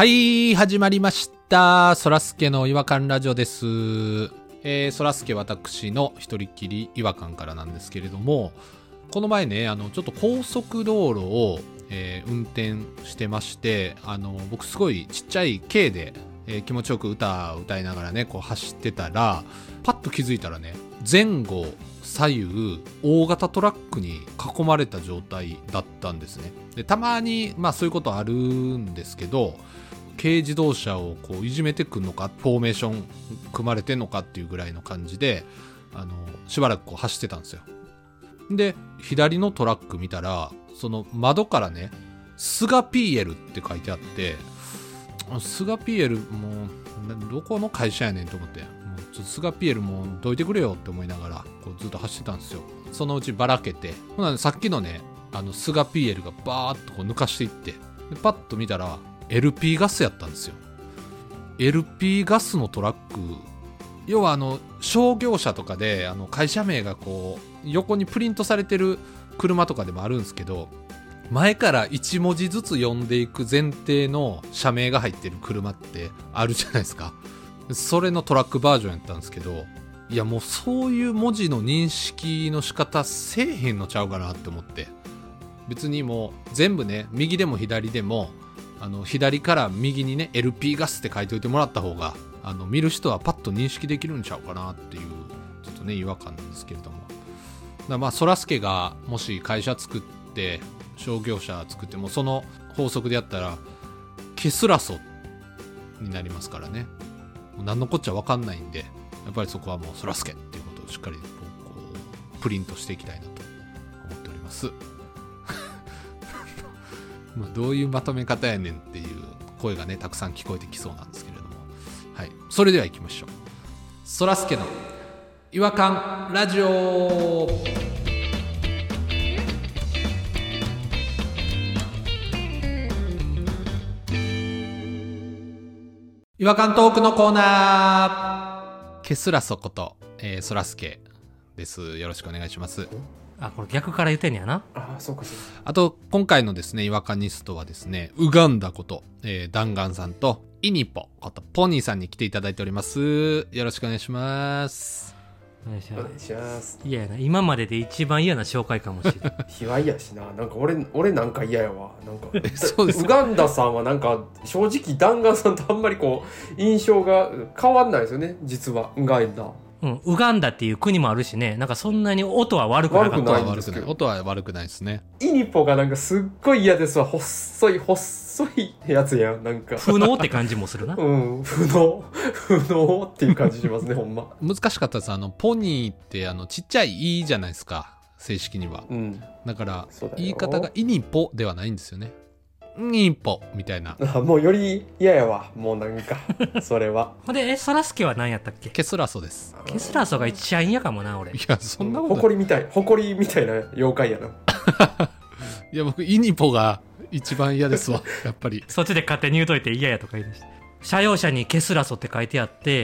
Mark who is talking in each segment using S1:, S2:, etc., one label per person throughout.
S1: はい、始まりました。そらすけの違和感ラジオです。そらすけ私の一人っきり違和感からなんですけれども、この前ね、ちょっと高速道路を、運転してまして、僕すごいちっちゃい軽で、気持ちよく歌を歌いながらね、こう走ってたら、パッと気づいたらね、前後左右大型トラックに囲まれた状態だったんですね。で、たまにそういうことあるんですけど、軽自動車をこういじめてくんのか、フォーメーション組まれてんのかっていうぐらいの感じで、しばらくこう走ってたんですよ。で、左のトラック見たら、その窓からね、スガピーエルって書いてあって、スガピーエルもうどこの会社やねんと思って、もうちょっとスガピーエルもうどいてくれよって思いながらこうずっと走ってたんですよ。そのうちばらけて、ほなさっきのね、スガピーエルがバーッとこう抜かしていって、でパッと見たら LP ガスやったんですよ。 LP ガスのトラック、要は商業車とかで会社名がこう横にプリントされてる車とかでもあるんですけど、前から1文字ずつ読んでいく前提の社名が入ってる車ってあるじゃないですか。それのトラックバージョンやったんですけど、いやもうそういう文字の認識の仕方せえへんのちゃうかなって思って、別にもう全部ね、右でも左でも左から右にね LP ガスって書いておいてもらった方が見る人はパッと認識できるんちゃうかなっていうちょっとね違和感なんですけれども、だからそらすけがもし会社作って商業車作ってもその法則でやったらケスラソになりますからね。もう何のこっちゃ分かんないんで、やっぱりそこはもうそらすけっていうことをしっかりこうプリントしていきたいなと思っております。どういうまとめ方やねんっていう声がねたくさん聞こえてきそうなんですけれども、はい、それでは行きましょう。そらすけの違和感ラジオ。違和感トークのコーナー、ケスラソこと、そらすけです。よろしくお願いします。
S2: これ逆から言ってんやな。
S3: そうかそうか。
S1: あと今回のですね違和感ニストはですね、ウガンダこと、弾丸さんとイニポことポニーさんに来ていただいております。よろしくお願いします。
S3: お願いします。
S2: 嫌やな、今までで一番嫌な紹介かもしれない。
S3: 卑猥やしな、なんか俺なんか嫌やわ。なんか
S1: そうです
S3: ウガンダさんはなんか正直弾丸さんとあんまりこう印象が変わんないですよね。実はウガンダ。
S2: ウガンダっていう国もあるしね、なんかそんなに音は悪くなかった。
S1: 音は悪くないですね。
S3: イニポがなんかすっごい嫌ですわ。細いやつやん、なんか
S2: 不能って感じもするな。
S3: 不能っていう感じしますね。ほんま
S1: 難しかったです。ポニーってちっちゃいいじゃないですか、正式には。だから言い方がイニポではないんですよね。イニポみたいな。
S3: もうより嫌やわ、もうなんかそれは。
S2: ほんでそらすけは何やったっけ？
S1: ケスラソです。
S2: ケスラソが一番嫌かもな俺。
S1: いやそんなことない。
S3: 誇りみたいな妖怪やな。
S1: いや僕イニポが一番嫌ですわ。やっぱり
S2: そっちで勝手に言うといて嫌やとか言い出して、車用車にケスラソって書いてあって、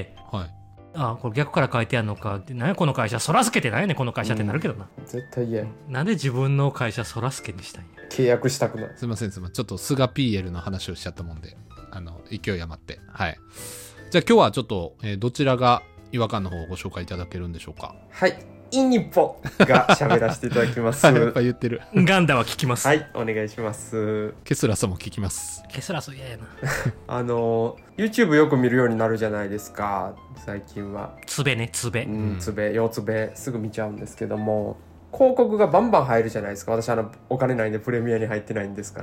S1: はい、
S2: これ逆から書いてあるのか、何やこの会社そらすけって何やねんこの会社ってなるけどな、
S3: 絶対嫌や。
S2: なんで自分の会社そらすけにしたんや。
S3: 契約したくない。
S1: すいませんちょっとスガピーエルの話をしちゃったもんで勢い余って、はい。じゃあ今日はちょっと、どちらが違和感の方をご紹介いただけるんでしょうか。
S3: はい、イニポが喋らせていただきます。
S1: やっぱ言ってる。
S2: ガンダは聞きます。
S3: はい、お願いします。
S1: ケスラソも聞きます。
S2: ケスラソ嫌やな。
S3: YouTube よく見るようになるじゃないですか、最近は。
S2: つべ、腰
S3: つべすぐ見ちゃうんですけども、広告がバンバン入るじゃないですか。私お金ないんでプレミアに入ってないんですから。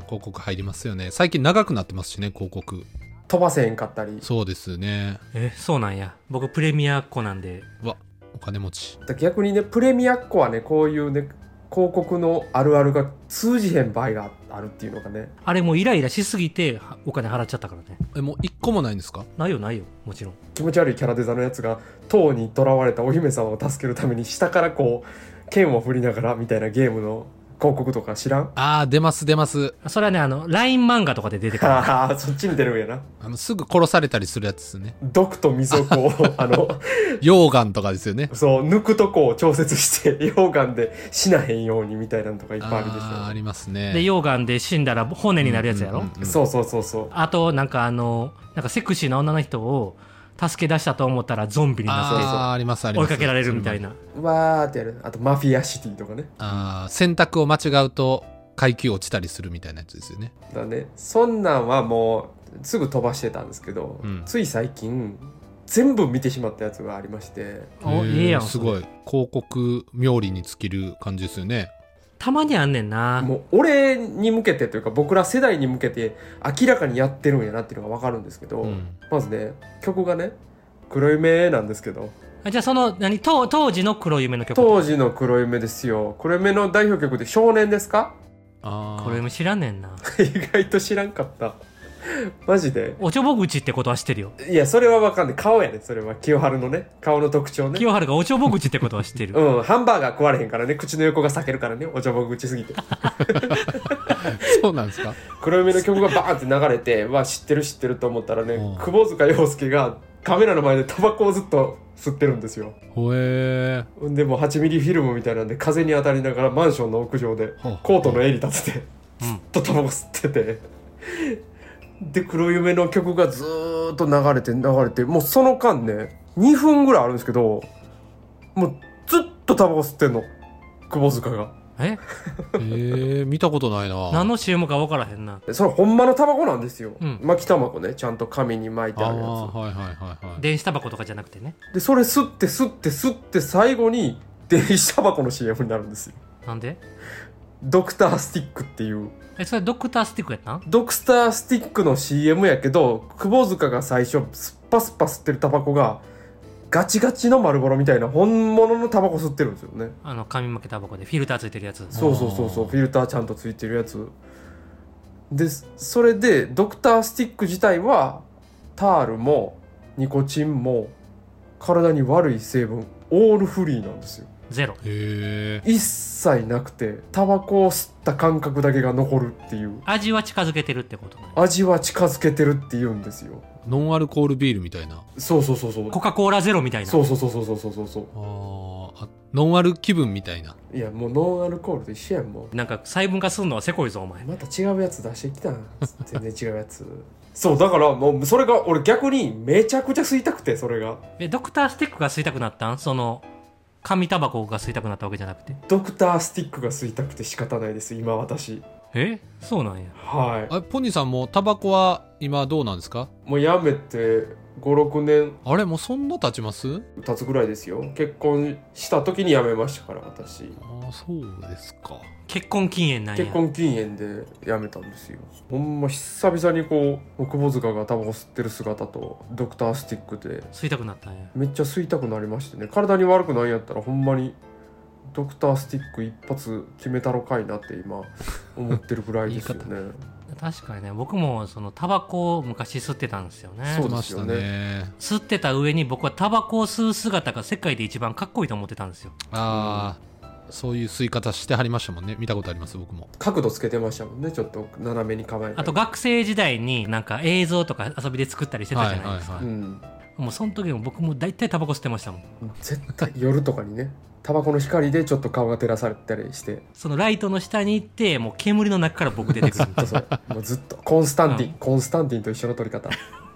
S1: 広告入りますよね。最近長くなってますしね、広告
S3: 飛ばせへんかったり。
S1: そうですね。
S2: そうなんや。僕プレミアっ子なんで。
S1: お金持ち。
S3: 逆にね、プレミアっ子はね、こういうね広告のあるあるが通じへん場合があるっていうのがね。
S2: あれもうイライラしすぎてお金払っちゃったからね。
S1: もう一個もないんですか？
S2: ないよもちろん。
S3: 気持ち悪いキャラデザのやつが塔に囚われたお姫様を助けるために下からこう剣を振りながらみたいなゲームの広告とか知らん？
S1: 出ます出ます。
S2: それはね、LINE 漫画とかで出てくる。
S3: ああ、そっちに出るんやな。
S1: すぐ殺されたりするやつですね。
S3: 毒と水をこう、
S1: 溶岩とかですよね。
S3: そう、抜くとこを調節して、溶岩で死なへんようにみたいなのとかいっぱいあるでしょ。
S1: ありますね。
S2: で、溶岩で死んだら骨になるやつやろ、
S3: そうそうそうそう。
S2: あと、なんかセクシーな女の人を助け出したと思ったらゾンビになって
S1: ありますあります。
S2: 追いかけられるみたいな。
S3: わーってやる。あと、マフィアシティとかね。
S1: 選択を間違うと階級落ちたりするみたいなやつですよね。
S3: だね。そんなんはもう、すぐ飛ばしてたんですけど、つい最近、全部見てしまったやつがありまして。
S2: いいやん。
S1: すごい。広告冥利に尽きる感じですよね。
S2: たまにあんねんな。
S3: もう俺に向けてというか僕ら世代に向けて明らかにやってるんやなっていうのが分かるんですけど、まずね曲がね黒夢なんですけど、
S2: じゃあその当時の黒夢の曲。
S3: 当時の黒夢ですよ。黒夢の代表曲で少年ですか？
S2: 黒夢知らんねんな。
S3: 意外と知らんかった。マジで
S2: おちょぼ口ってことは知ってるよ。
S3: いやそれは分かんない。顔やね。それは清春のね顔の特徴ね。
S2: 清春がおちょぼ口ってことは知ってる。
S3: ハンバーガー食われへんからね。口の横が裂けるからね。おちょぼ口すぎて
S1: そうなんですか？
S3: 黒夢の曲がバーンって流れて知ってる知ってると思ったらね、窪塚洋介がカメラの前でタバコをずっと吸ってるんですよ。
S1: へ
S3: ー。でも8ミリフィルムみたいなんで風に当たりながらマンションの屋上でコートの襟立ててずっとタバコ吸ってて、で黒夢の曲がずーっと流れてもうその間ね2分ぐらいあるんですけど、もうずっとタバコ吸ってんの窪塚が。
S1: 見たことないな。
S2: 何の CM か分からへんな。
S3: それほんまのタバコなんですよ、巻きタバコね。ちゃんと紙に巻いてあるやつ、
S2: 電子タバコとかじゃなくてね。
S3: でそれ吸って最後に電子タバコの CM になるんですよ。
S2: なんで？
S3: ドクタースティックっていう。
S2: それドクタースティックやったん？
S3: ドクタースティックの CM やけど窪塚が最初スッパ吸ってるタバコがガチガチの丸ボロみたいな本物のタバコ吸ってるんですよね。
S2: 紙巻きタバコでフィルターついてるやつ。
S3: そうフィルターちゃんとついてるやつで、それでドクタースティック自体はタールもニコチンも体に悪い成分オールフリーなんですよ。
S2: ゼロ。
S3: 一切なくてタバコを吸った感覚だけが残るっていう。
S2: 味は近づけてるってことね。
S3: 味は近づけてるって言うんですよ。
S1: ノンアルコールビールみたいな。
S3: そう
S2: コカ・コーラゼロみたいな。
S3: そう
S1: ノンアル気分みたいな。
S3: いやもうノンアルコールと一緒やん。も
S2: うなんか細分化するのはせこいぞお前。
S3: また違うやつ出してきたん全然違うやつそうだからもうそれが俺逆にめちゃくちゃ吸いたくて、それが
S2: ドクタースティックが吸いたくなったん？その紙タバコが吸いたくなったわけじゃなくて。
S3: ドクタースティックが吸いたくて仕方ないです今私。
S2: そうなんや。
S3: はい。
S1: ポニーさんもタバコは今どうなんですか？
S3: もうやめて5,6年。
S1: あれもうそんな経ちます？
S3: 経つぐらいですよ。結婚した時にやめましたから私。
S1: そうですか。
S2: 結婚禁煙なんや。
S3: 結婚禁煙でやめたんですよ。ほんま久々に窪塚がタバコ吸ってる姿とドクタースティックで
S2: 吸いたくなったんや。
S3: めっちゃ吸いたくなりましてね。体に悪くないんやったらほんまにドクタースティック一発決めたろかいなって今思ってるぐらいですよね
S2: 確かにね、僕もそのタバコを昔吸ってたんですよね。
S3: そうですよね。
S2: 吸ってた上に僕はタバコを吸う姿が世界で一番かっこいいと思ってたんですよ。
S1: そういう吸い方してはりましたもんね。見たことあります僕も。
S3: 角度つけてましたもんね。ちょっと斜めに構えて。
S2: あと学生時代になんか映像とか遊びで作ったりしてたじゃないですか。もうその時も僕も大体タバコ吸ってましたもん。
S3: 絶対夜とかにねタバコの光でちょっと顔が照らされたりして、
S2: そのライトの下に行ってもう煙の中から僕出てくる
S3: そうもうずっとコンスタンティンと一緒の撮り方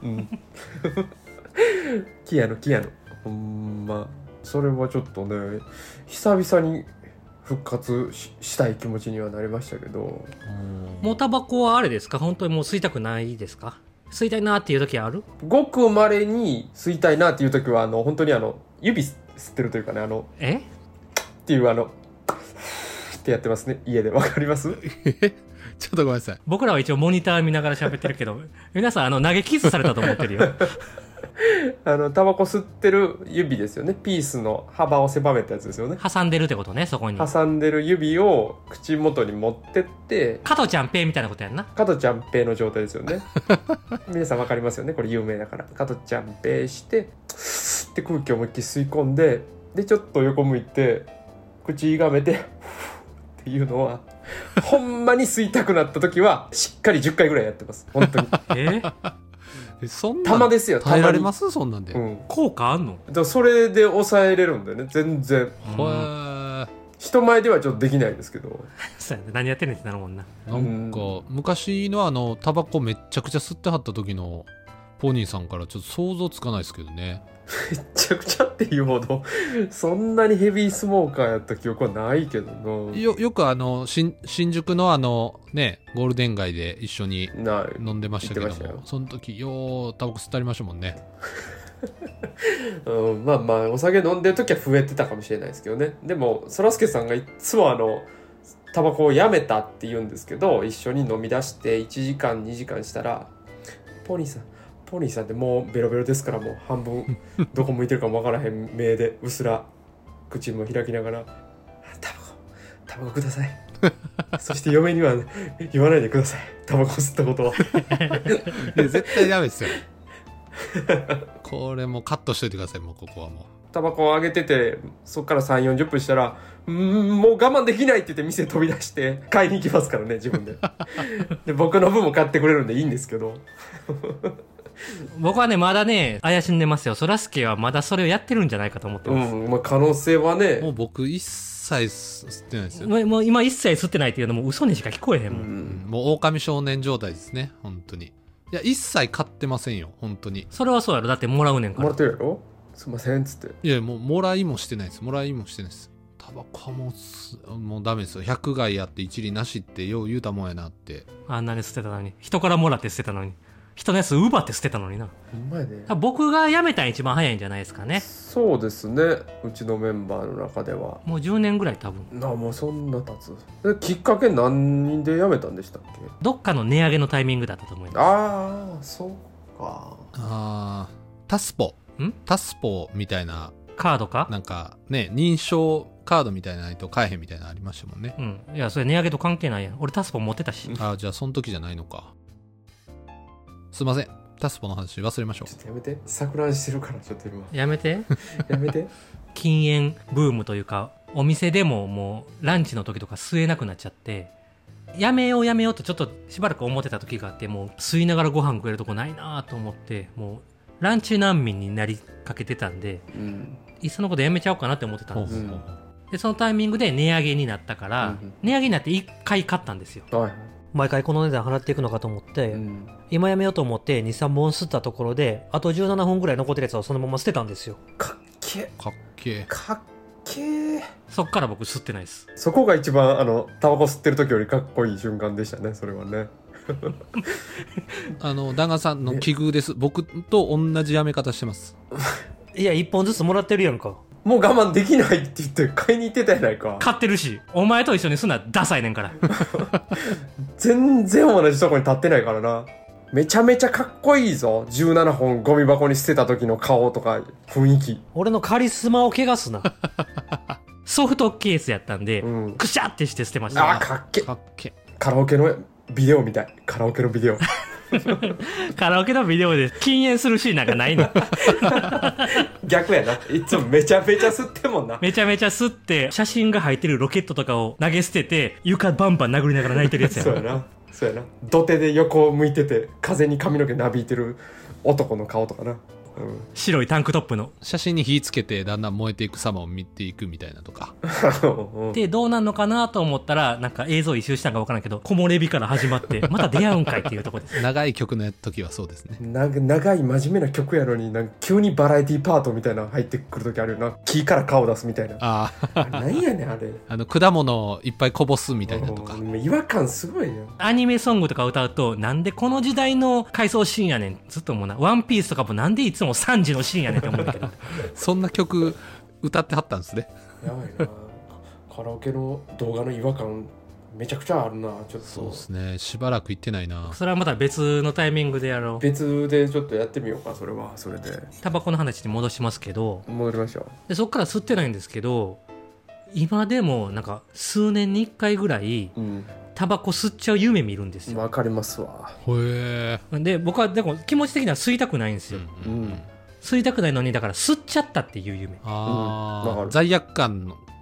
S3: キアヌほんまそれはちょっとね久々に復活 したい気持ちにはなりましたけど。
S2: もうタバコはあれですか？本当にもう吸いたくないですか？吸いたいなっていう時ある？
S3: ごく稀に吸いたいなっていう時は本当に指吸ってるというかねっていうってやってますね家で。わかります？
S1: ちょっとごめんなさい。
S2: 僕らは一応モニター見ながら喋ってるけど皆さん投げキスされたと思ってるよ
S3: タバコ吸ってる指ですよね。ピースの幅を狭めたやつですよね。
S2: 挟んでるってことね。そこに
S3: 挟んでる指を口元に持ってって
S2: 加トちゃんペイみたいなことやんな。
S3: 加トちゃんペイの状態ですよね皆さんわかりますよね。これ有名だから。加トちゃんペイしてで空気を思いっきり吸い込んで、でちょっと横向いて口がめてっていうのはほんまに吸いたくなった時はしっかり10回ぐらいやってます本当に。
S1: そんなん
S3: たまですよ。
S1: 耐えられます？そんなんで、
S2: 効果あんの？
S3: だそれで抑えれるんだよね全然。人前ではちょっとできないですけど。
S2: そうやね、何やってんねんってなるもんな。
S1: なんか昔のタバコめっちゃくちゃ吸ってはった時のポニーさんからちょっと想像つかないですけどね。
S3: めっちゃくちゃっていうほどそんなにヘビースモーカーやった記憶はないけどな。
S1: よく新宿のねゴールデン街で一緒に飲んでましたけども、その時ようタバコ吸ってありましたもんね。
S3: まあまあお酒飲んでる時は増えてたかもしれないですけどね。でもそらすけさんがいつもタバコをやめたって言うんですけど、一緒に飲み出して1時間2時間したらポニーさんってもうベロベロですから、もう半分どこ向いてるかもわからへん目でうすら口も開きながらタバコくださいそして嫁には言わないでください、タバコ吸ったことは
S1: 絶対ダメですよこれもうカットしといてください。もうここはもう
S3: タバコをあげてて、そっから 3,40 分したらもう我慢できないって言って店飛び出して買いに行きますからね自分でで僕の分も買ってくれるんでいいんですけど
S2: 僕はねまだね怪しんでますよ。そらすけはまだそれをやってるんじゃないかと思ってます。
S3: まあ、可能性はね。
S1: もう僕一切吸ってないですよ。
S2: もう今一切吸ってないっていうのも嘘にしか聞こえへんもん。
S1: もう狼少年状態ですね本当に。いや一切買ってませんよ本当に。
S2: それはそうやろ、だってもらうねんから。
S3: もらってるやろ、すいませんっつって。
S1: いやもうもらいもしてないです。タバコはもうダメですよ。100害あって一理なしってよう言うたもんやなって。
S2: あんなに捨てたのに、人からもらって捨てたのに、人のやつ奪って捨てたのにな。
S3: ほんまやね。
S2: 僕が辞めたん一番早いんじゃないですかね。
S3: そうですね、うちのメンバーの中では
S2: もう10年ぐらい多分。
S3: もうそんな経つ。きっかけ何で辞めたんでしたっけ？
S2: どっかの値上げのタイミングだったと思います。
S3: ああそうか。
S1: タスポみたいな
S2: カードか
S1: なんかね、認証カードみたいなないと買えへんみたいなのありましたもんね。
S2: いやそれ値上げと関係ないやん。俺タスポ持ってたし。
S1: じゃあその時じゃないのか。すいません、タスポの話忘れましょう。
S3: ちょっとやめて、錯乱してるからちょっと今
S2: やめて
S3: やめて
S2: 禁煙ブームというか、お店でももうランチの時とか吸えなくなっちゃって、やめようとちょっとしばらく思ってた時があって、もう吸いながらご飯食えるとこないなと思って、もうランチ難民になりかけてたんで、いっそのことやめちゃおうかなって思ってたんです、でそのタイミングで値上げになったから、値上げになって1回買ったんですよ、毎回この値段払っていくのかと思って、今やめようと思って 2,3 本吸ったところであと17本ぐらい残ってるやつをそのまま捨てたんですよ。
S3: かっけ
S2: そっから僕吸ってないです。
S3: そこが一番タバコ吸ってる時よりかっこいい瞬間でしたね、それはね
S1: 旦那さんの奇遇です。僕と同じやめ方してます。
S2: いや1本ずつもらってるやんか。
S3: もう我慢できないって言って買いに行ってたやないか。
S2: 買ってるし、お前と一緒にすんなダサいねんから
S3: 全然同じとこに立ってないからな。めちゃめちゃかっこいいぞ。17本ゴミ箱に捨てた時の顔とか雰囲気。
S2: 俺のカリスマを汚すなソフトケースやったんで、くしゃってして捨てました。
S3: かっけ。カラオケのビデオみたい。カラオケのビデオ
S2: カラオケのビデオで禁煙するシーンなんかないの
S3: 逆やな。いつもめちゃめちゃ吸ってもんな。
S2: めちゃめちゃ吸って写真が入ってるロケットとかを投げ捨てて床バンバン殴りながら泣いてるやつやな
S3: そうやな。土手で横を向いてて風に髪の毛なびいてる男の顔とかな、
S2: 白いタンクトップの
S1: 写真に火つけてだんだん燃えていく様を見ていくみたいなとか
S2: でどうなんのかなと思ったら、なんか映像一周したんか分からんけど、木漏れ日から始まってまた出会うんかいっていうところです
S1: 長い曲の時はそうですね。
S3: 長い真面目な曲やのになんか急にバラエティパートみたいなの入ってくる時あるよな。木から顔出すみたいな。何やねんあれ。
S1: 果物をいっぱいこぼすみたいなとか、
S3: 違和感すごいよ。
S2: アニメソングとか歌うと、なんでこの時代の回想シーンやねんずっと思うな。ワンピースとかもなんでいつも3時のシーンやねんって思うんだけど
S1: そんな曲歌ってはったんですね。
S3: やばいな。カラオケの動画の違和感めちゃくちゃあるな。ちょっと
S1: そうですね、しばらく行ってないな。
S2: それはまた別のタイミングでやろう。
S3: 別でちょっとやってみようか。それはそれで。
S2: タバコの話に戻しますけど、
S3: 戻りましょう。
S2: でそっから吸ってないんですけど、今でもなんか数年に1回ぐらい、タバコ吸っちゃう夢見るんですよ。
S3: わかりますわ。
S1: へえ。
S2: で僕はでも気持ち的には吸いたくないんですよ、吸いたくないのに、だから吸っちゃったっていう夢。
S1: 罪悪感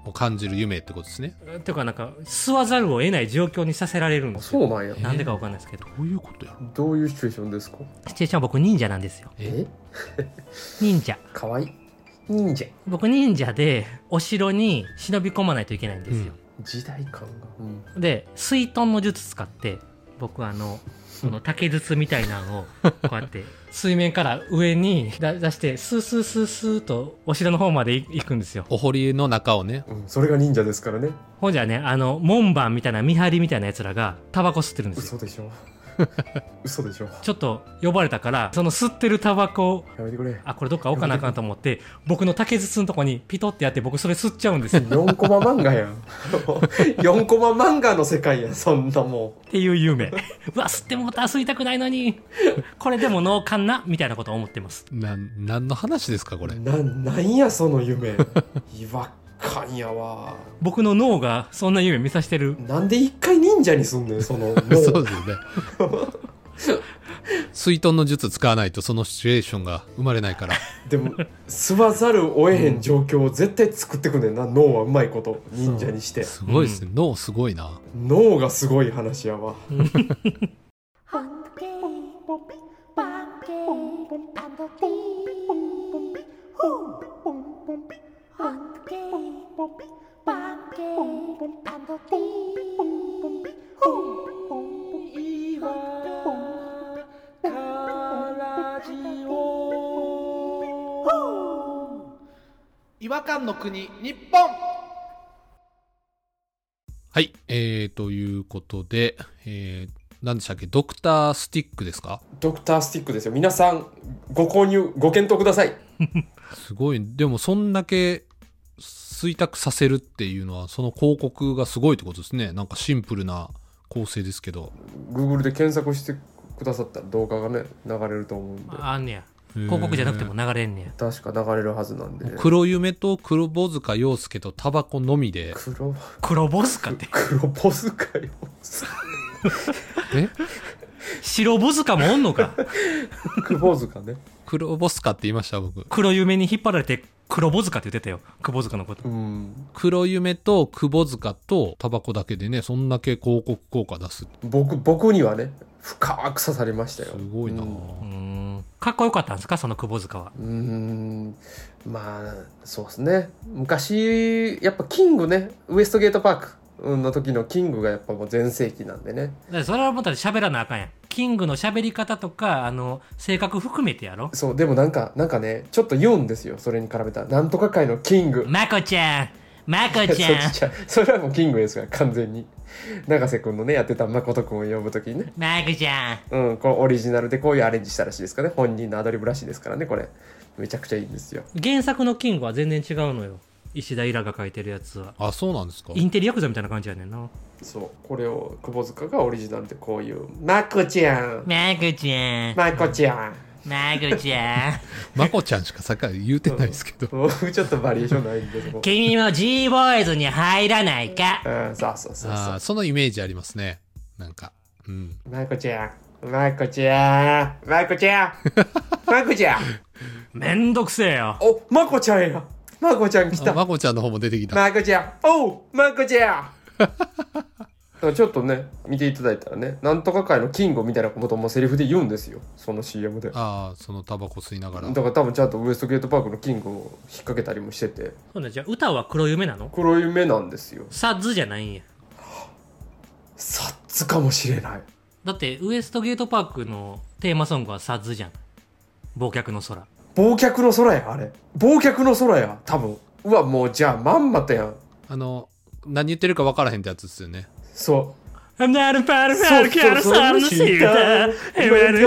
S1: を感じる夢ってことですね。
S2: ていうかなんか吸わざるを得ない状況にさせられるんですよ。
S3: そうなんや。
S2: なんでかわかんないですけど。
S1: どういうことやろ。
S3: どういうシチュエーションですか？
S2: シチュエーションは僕忍者なんですよ。忍者。
S3: かわいい。忍者。
S2: 僕忍者でお城に忍び込まないといけないんですよ。
S3: 時代感が。
S2: で水遁の術使って僕その竹筒みたいなのをこうやって水面から上に出してスースースースーとお城の方まで行くんですよ。
S1: お堀の中をね。
S3: それが忍者ですからね。
S2: ほんじゃね門番みたいな見張りみたいなやつらがタバコ吸ってるんですよ。
S3: 嘘でしょ。嘘でしょ。
S2: ちょっと呼ばれたからその吸ってるタバコを
S3: やめてくれ。
S2: これどっか置かなあかんと思って僕の竹筒のとこにピトってやって僕それ吸っちゃうんですよ。
S3: 4コマ漫画やん。4コマ漫画の世界やん、そんなもん。
S2: っていう夢。うわ吸ってもうた吸いたくないのにこれでも脳幹なみたいなことを思ってます。
S1: 何の話ですかこれ。
S3: なんやその夢。違和感やわ。
S2: 僕の脳がそんな夢見させてる。
S3: なんで一回忍者にすんねんその脳。
S1: そうですよね。水遁の術使わないとそのシチュエーションが生まれないから。
S3: でも吸わざるを得へん状況を絶対作ってくんねんな、脳はうまいこと忍者にして。
S1: すごいですね、脳すごいな。
S3: 脳がすごい話やわ。
S1: 違和感の国日本。はい、ということで、何でしたっけ、ドクタースティックですか？
S3: ドクタースティックですよ。皆さんご購入ご検討ください。
S1: すごい。でもそんだけ衰弱させるっていうのはその広告がすごいってことですね。なんかシンプルな構成ですけど
S3: Google で検索してくださったら動画がね流れると思うんで。
S2: あんねや。広告じゃなくても流れんねや。
S3: 確か流れるはずなんで。
S1: 黒夢と黒坊塚洋介とタバコのみで。
S2: 黒ボスかって。
S3: 黒ボスかよ。
S1: え
S2: 白ボスかもおんのか。
S3: 黒ボスかね。
S1: 黒ボスかって言いました僕。
S2: 黒夢に引っ張られて黒ボスかって言ってたよ。窪塚のこと。
S1: 黒夢と窪塚とタバコだけでね、そんだけ広告効果出す。
S3: 僕にはね深く刺されましたよ。
S1: すごいな。
S2: かっこよかったんですかその窪塚は。
S3: まあそうですね。昔やっぱキングね、ウエストゲートパークの時のキングがやっぱもう全盛期なんでね。
S2: それはもったら喋らなあかんやん。キングの喋り方とか性格含めてやろ。
S3: そうでもなんかねちょっと言うんですよ。それに比べたらなんとか界のキング
S2: まこちゃん
S3: それはもうキングですから完全に。永瀬君のねやってた誠君を呼ぶときにね、
S2: まこちゃん、
S3: このオリジナルでこういうアレンジしたらしいですかね。本人のアドリブらしいですからね。これめちゃくちゃいいんですよ。
S2: 原作のキングは全然違うのよ。石田イラが書いてるやつは。
S1: あ、そうなんですか。
S2: インテリヤクザみたいな感じやねんな。
S3: そうこれを窪塚がオリジナルでこういうまこちゃん
S2: まこちゃん
S3: まこちゃん
S2: まこちゃん
S1: まこちゃんしかさっきから言うてないですけど、
S3: ちょっとバリエーションないんでそこ
S2: 君も G ボーイズに入らないか。
S3: そう
S1: そのイメージありますね。なんか
S3: まこちゃんまこちゃんまこちゃんまこちゃん
S2: めんどくせえよ。
S3: おまこちゃんや。まこちゃん来た。
S1: まこちゃんの方も出てきた。
S3: まこちゃんおうまこちゃんちょっとね見ていただいたらね、なんとか界のキングみたいなこともセリフで言うんですよ、その CM で。
S1: そのタバコ吸いながら。
S3: だから多分ちゃんとウエストゲートパークのキングを引っ掛けたりもしてて。
S2: そうね、じゃあ歌は黒夢なの？
S3: 黒夢なんですよ。
S2: サッズじゃないんや。
S3: サッズかもしれない。
S2: だってウエストゲートパークのテーマソングはサッズじゃん。忘却の空。
S3: 忘却の空や。あれ忘却の空や多分。うわもうじゃあまんまとやん。
S1: 何言ってるか分からへんってやつですよね。
S3: そう。
S2: I'm not a part of our carouselのシーター。I'm not a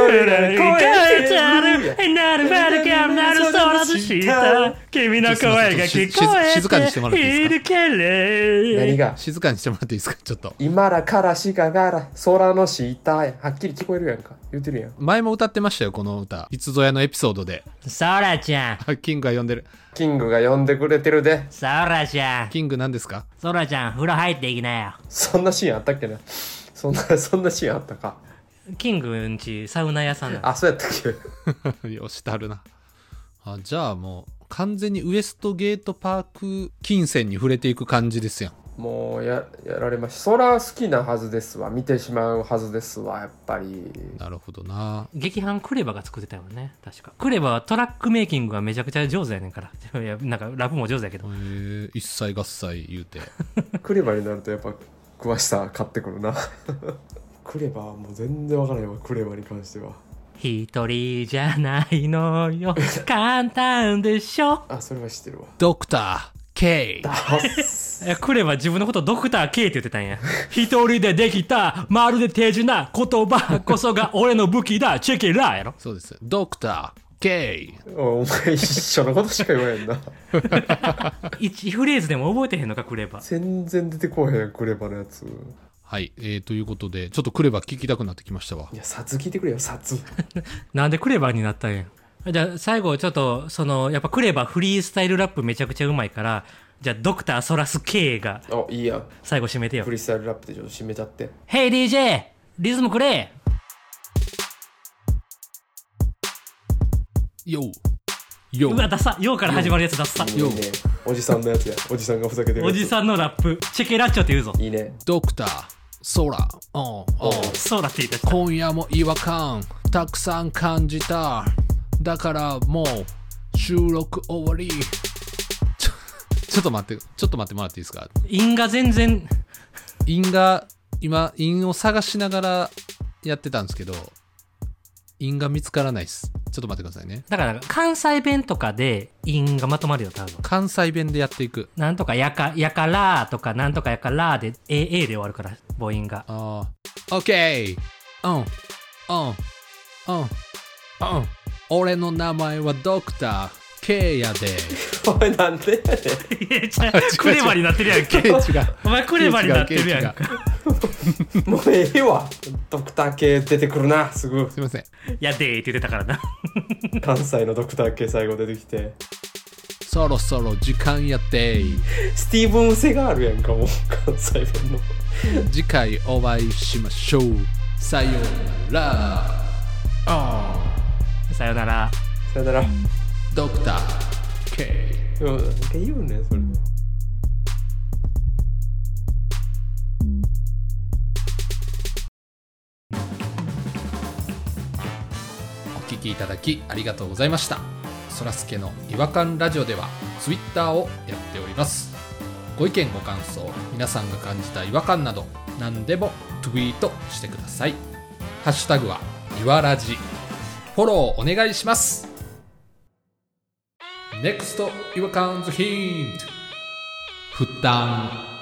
S2: part of 空のシーター。君の声が聞こえて
S1: 静かにしてもらっていいですか？
S3: 何が？
S1: 静かにしてもらっていいですか？ちょっと。
S3: 今らからしががら空のシーターや。はっきり聞こえるやんか。言うてるやん。
S1: 前も歌ってましたよこの歌。いつぞやのエピソードで。
S2: 空ちゃん。
S1: キングが呼んでる。
S3: キングが呼んでくれてるで。
S2: 空ちゃん。
S1: キング何ですか？
S2: 空ちゃん風呂入っていきなよ。
S3: そんなシーンあったっけな。そんなシーンあったか。
S2: キングんちサウナ屋さんなの。
S3: あ、そうやったっけ。
S1: よしたるな。じゃあもう完全にウエストゲートパーク金銭に触れていく感じですやん。
S3: もうやられました。そら好きなはずですわ、見てしまうはずですわ、やっぱり。
S1: なるほどな。
S2: 劇伴クレバが作ってたよね、確か。クレバはトラックメイキングがめちゃくちゃ上手やねんから。いや、なんかラップも上手やけど。
S1: 一切合切言うて
S3: クレバになるとやっぱ詳しさ買ってくるなクレバはもう全然わからないわ、クレバに関しては。
S2: 一人じゃないのよ簡単でしょ。
S3: あ、それは知ってるわ。
S1: ドクター K。
S2: いやクレバ自分のことドクター K って言ってたんや。一人でできたまるで手品言葉こそが俺の武器だチェケラーやろ。
S1: そうです、ドクター K。
S3: お前一緒のことしか言わへんな
S2: 1フレーズでも覚えてへんのかクレバ。
S3: 全然出てこへん、クレバのやつ。
S1: はい、ということでちょっとクレバ聞きたくなってきましたわ。
S3: いや、札聞いてくれよ、札
S2: なんでクレバになったんや。じゃあ最後ちょっとやっぱクレバフリースタイルラップめちゃくちゃうまいから、じゃあドクターソラス K が
S3: あ、いいやん。
S2: 最後締めてよ。
S3: フリースタイルラップでちょっと締めちゃって。
S2: ヘイ DJ リズムくれ。
S1: ヨーヨ
S2: うわ
S1: ー
S2: ダサ、ヨーから始まるやつダサ。
S3: いいね。おじさんのやつや。おじさんがふざけてるやつ。
S2: おじさんのラップチェケラッチョって言うぞ。
S3: いいね。
S1: ドクターソラ
S2: そうだって言いたした。
S1: 今夜も違和感たくさん感じた。だからもう収録終わり。ちょっと待ってもらっていいですか。
S2: 韻が全然
S1: 今韻を探しながらやってたんですけど、韻が見つからないです。ちょっと待ってくださいね。
S2: だから関西弁とかで韻がまとまるよ多分。
S1: 関西弁でやっていく。
S2: なんとかやからとかなんとかやからで AA で終わるから母音が。
S1: ああ、OK。俺の名前はドクター K やで。
S3: お前なんでやねん。
S2: クレバになってるやんけ。
S1: 違う。
S2: お前クレバになってるやんか。
S3: もうええわ。ドクター系出てくるな、すぐ。
S1: すいません。
S2: やでーって言ってたからな。
S3: 関西のドクター系最後出てきて。
S1: そろそろ時間やって
S3: スティーブン・セガールやんか、もう関西弁の。
S1: 次回お会いしましょう。さようなら。
S2: さよなら。
S3: さよなら。
S1: ドクター K。
S3: なんか言うねそれ。
S1: お聞きいただきありがとうございました。そらすけの違和感ラジオではツイッターをやっております。ご意見ご感想、皆さんが感じた違和感など何でもツイートしてください。ハッシュタグはいわらじ。フォローお願いします。 NEXT 違和感ズヒント。負担